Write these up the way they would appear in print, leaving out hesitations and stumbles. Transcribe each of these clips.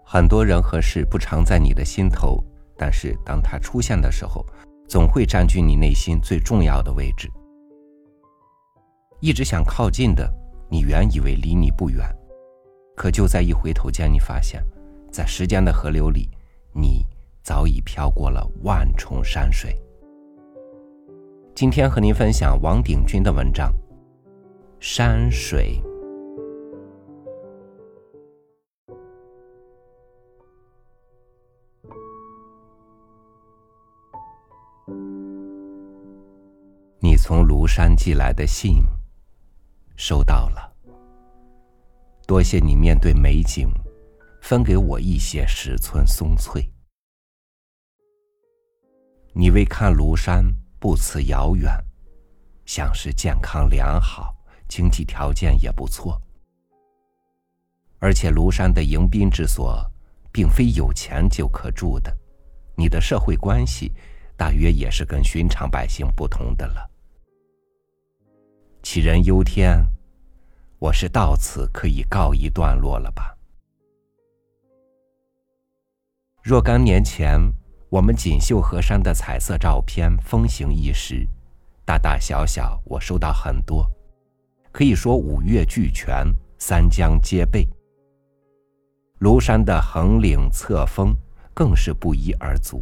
很多人和事不常在你的心头，但是当它出现的时候，总会占据你内心最重要的位置。一直想靠近的，你原以为离你不远，可就在一回头间，你发现在时间的河流里，你早已飘过了万重山水。今天和您分享王鼎钧的文章《山水》。你从庐山寄来的信收到了，多谢你面对美景分给我一些10寸松翠。你为看庐山不辞遥远，想是健康良好，经济条件也不错。而且庐山的迎宾之所并非有钱就可住的，你的社会关系大约也是跟寻常百姓不同的了。杞人忧天，我是到此可以告一段落了吧。若干年前，我们锦绣河山的彩色照片风行一时，大大小小我收到很多，可以说五岳俱全，三江皆备。庐山的横岭侧峰更是不一而足。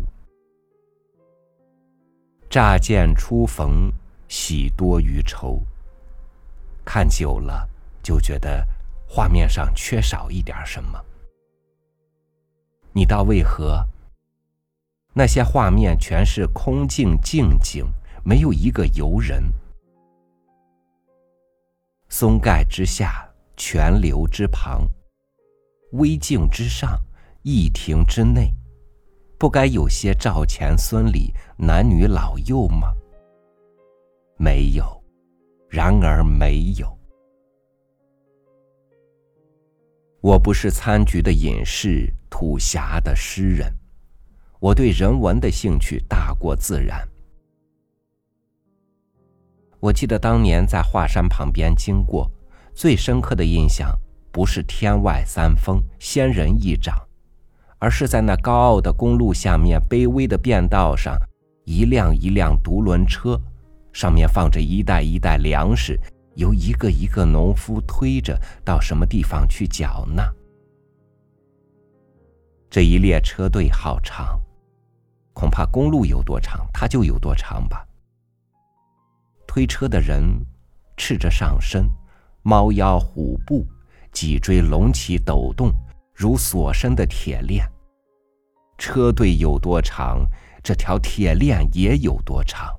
乍见初逢，喜多于愁。看久了就觉得画面上缺少一点什么。你道为何？那些画面全是空静静景，没有一个游人。松盖之下，泉流之旁，微镜之上，逸亭之内，不该有些赵钱孙李，男女老幼吗？没有，然而没有。我不是参局的隐士，土侠的诗人，我对人文的兴趣大过自然。我记得当年在华山旁边经过，最深刻的印象不是天外三峰，仙人一掌，而是在那高傲的公路下面卑微的便道上，一辆一辆独轮车，上面放着一袋一袋粮食，由一个一个农夫推着到什么地方去缴纳。这一列车队好长，恐怕公路有多长，它就有多长吧。推车的人赤着上身，猫腰虎步，脊椎隆起抖动，如锁身的铁链。车队有多长，这条铁链也有多长。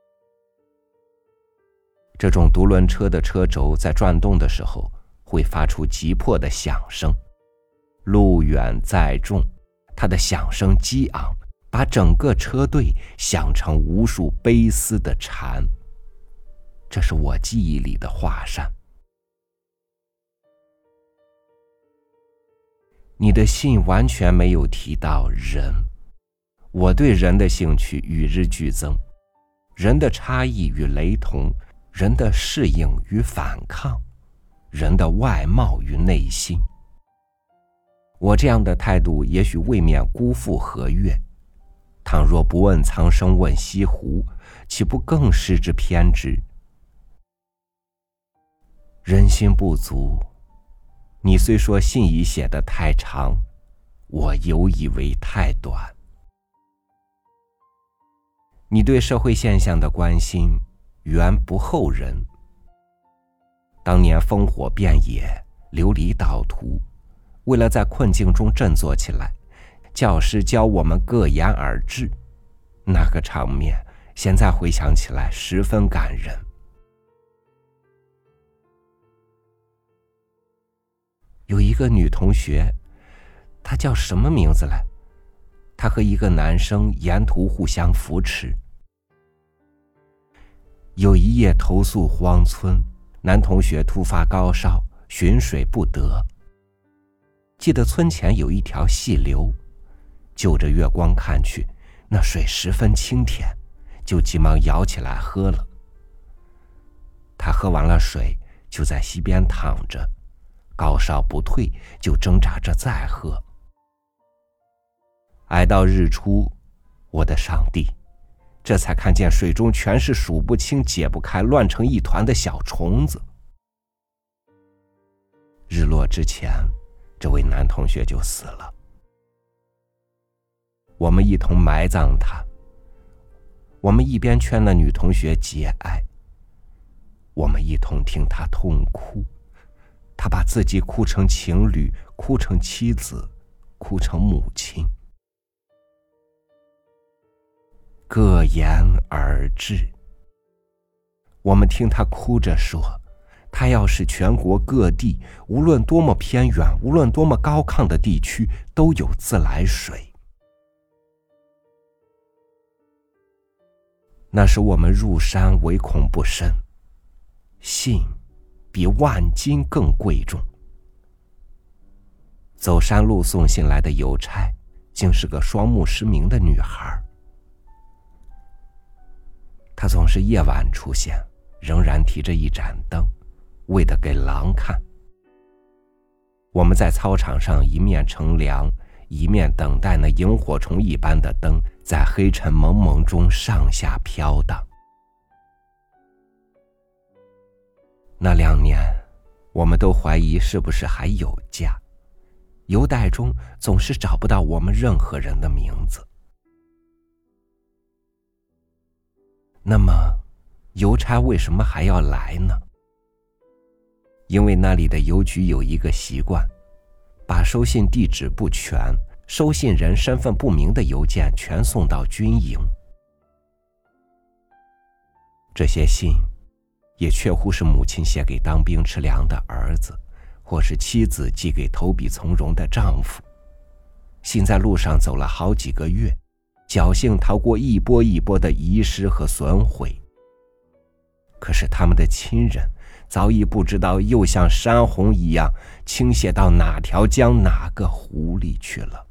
这种独轮车的车轴在转动的时候，会发出急迫的响声。路远载重，它的响声激昂，把整个车队响成无数悲思的蝉。这是我记忆里的华山。你的信完全没有提到人，我对人的兴趣与日俱增，人的差异与雷同，人的适应与反抗，人的外貌与内心。我这样的态度也许未免辜负和悦，倘若不问苍生问西湖，岂不更失之偏执？人心不足，你虽说信已写得太长，我犹以为太短。你对社会现象的关心原不后人。当年烽火遍野，流离倒图，为了在困境中振作起来，教师教我们各言而志，那个场面现在回想起来十分感人。有一个女同学，她叫什么名字来？她和一个男生沿途互相扶持。有一夜投宿荒村，男同学突发高烧，寻水不得。记得村前有一条细流，就着月光看去，那水十分清甜，就急忙舀起来喝了。他喝完了水，就在溪边躺着，高烧不退，就挣扎着再喝。 挨到日出，我的上帝，这才看见水中全是数不清、解不开、乱成一团的小虫子。日落之前，这位男同学就死了。我们一同埋葬他，我们一边劝那女同学节哀，我们一同听他痛哭。他把自己哭成情侣，哭成妻子，哭成母亲，各言而至。我们听他哭着说，他要使全国各地，无论多么偏远，无论多么高亢的地区，都有自来水。那时我们入山唯恐不慎，信比万金更贵重。走山路送信来的邮差，竟是个双目失明的女孩。她总是夜晚出现，仍然提着一盏灯，为的给狼看。我们在操场上一面乘凉，一面等待那萤火虫一般的灯在黑尘蒙蒙中上下飘荡。那2年，我们都怀疑是不是还有家，邮袋中总是找不到我们任何人的名字。那么，邮差为什么还要来呢？因为那里的邮局有一个习惯，把收信地址不全、收信人身份不明的邮件全送到军营。这些信也确乎是母亲写给当兵吃粮的儿子，或是妻子寄给投笔从戎的丈夫。信在路上走了好几个月，侥幸逃过一波一波的遗失和损毁。可是他们的亲人早已不知道又像山洪一样倾泻到哪条江哪个湖里去了。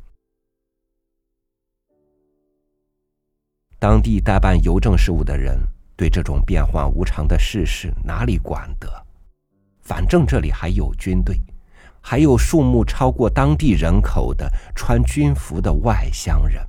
当地代办邮政事务的人对这种变幻无常的世事哪里管得？反正这里还有军队，还有数目超过当地人口的穿军服的外乡人。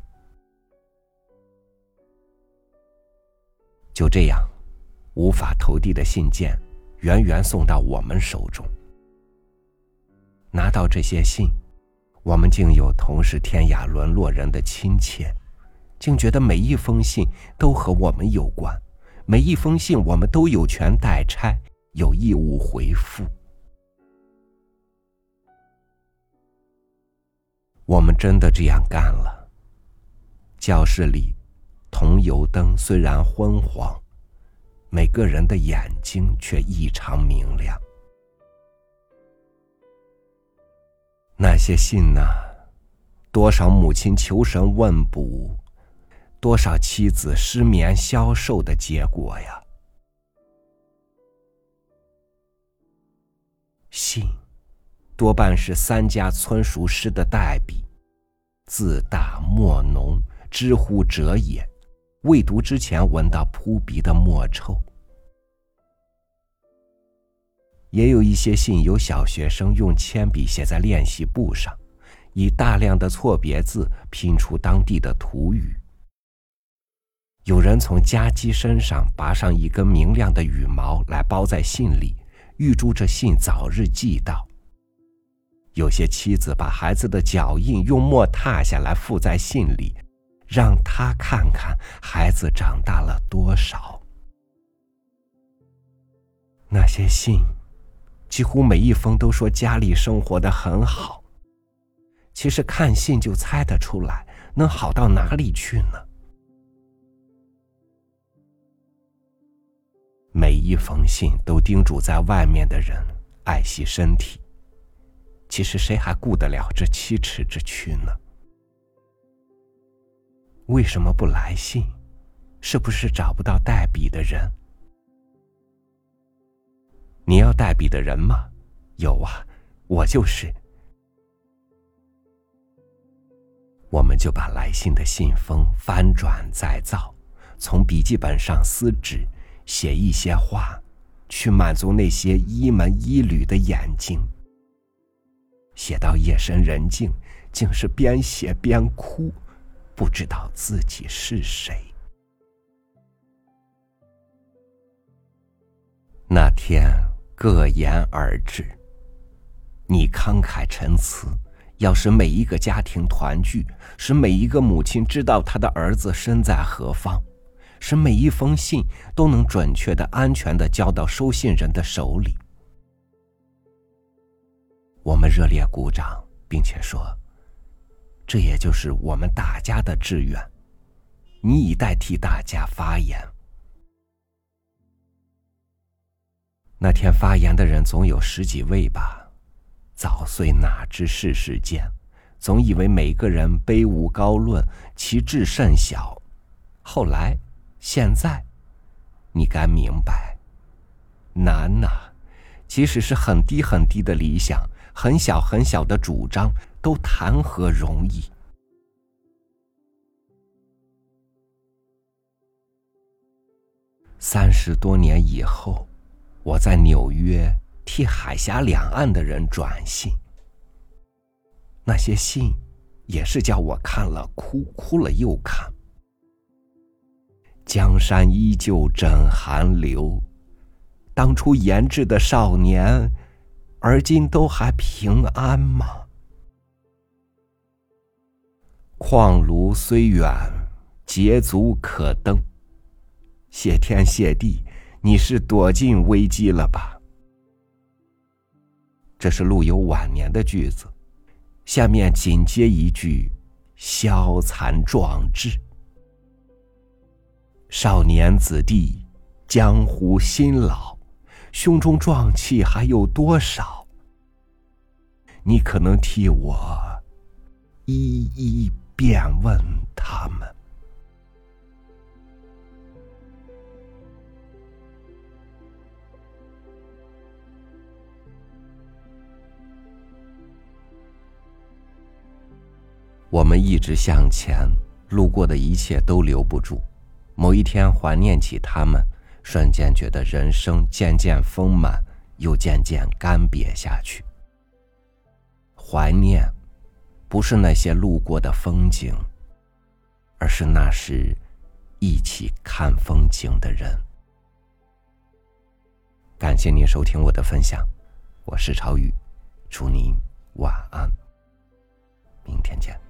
就这样，无法投递的信件远远送到我们手中。拿到这些信，我们竟有同是天涯沦落人的亲切，竟觉得每一封信都和我们有关，每一封信我们都有权代差，有义务回复。我们真的这样干了。教室里铜油灯虽然昏黄，每个人的眼睛却异常明亮。那些信啊，多少母亲求神问卜，多少妻子失眠消瘦的结果呀！信多半是3家村塾师的代笔，字大墨浓，知乎者也，未读之前闻到扑鼻的墨臭。也有一些信由小学生用铅笔写在练习簿上，以大量的错别字拼出当地的土语。有人从家鸡身上拔上一根明亮的羽毛来包在信里，预祝这信早日寄到。有些妻子把孩子的脚印用墨踏下来附在信里，让他看看孩子长大了多少。那些信几乎每一封都说家里生活得很好，其实看信就猜得出来，能好到哪里去呢？每一封信都叮嘱在外面的人爱惜身体，其实谁还顾得了这7尺之躯呢？为什么不来信？是不是找不到代笔的人？你要代笔的人吗？有啊，我就是。我们就把来信的信封翻转再造，从笔记本上撕纸，写一些话，去满足那些一门一缕的眼睛。写到夜深人静，竟是边写边哭， 不知道自己是谁。那天各言而至，你慷慨陈词，要使每一个家庭团聚，使每一个母亲知道她的儿子身在何方，使每一封信都能准确的、安全的交到收信人的手里。我们热烈鼓掌，并且说，这也就是我们大家的志愿，你已代替大家发言。那天发言的人总有10几位吧，早岁哪知世事艰，总以为每个人卑无高论，其志甚小。后来现在你该明白，难啊，即使是很低很低的理想，很小很小的主张，都谈何容易。30多年以后，我在纽约替海峡两岸的人转信，那些信也是叫我看了哭，哭了又看。江山依旧枕寒流，当初研制的少年，而今都还平安吗？矿炉虽远，捷足可登。谢天谢地，你是躲进危机了吧？这是陆游晚年的句子，下面紧接一句消残壮志。少年子弟，江湖新老，胸中壮气还有多少？你可能替我一一便问他们。我们一直向前，路过的一切都留不住。某一天怀念起他们，瞬间觉得人生渐渐丰满，又渐渐干瘪下去。怀念不是那些路过的风景，而是那时一起看风景的人。感谢您收听我的分享，我是朝雨，祝您晚安，明天见。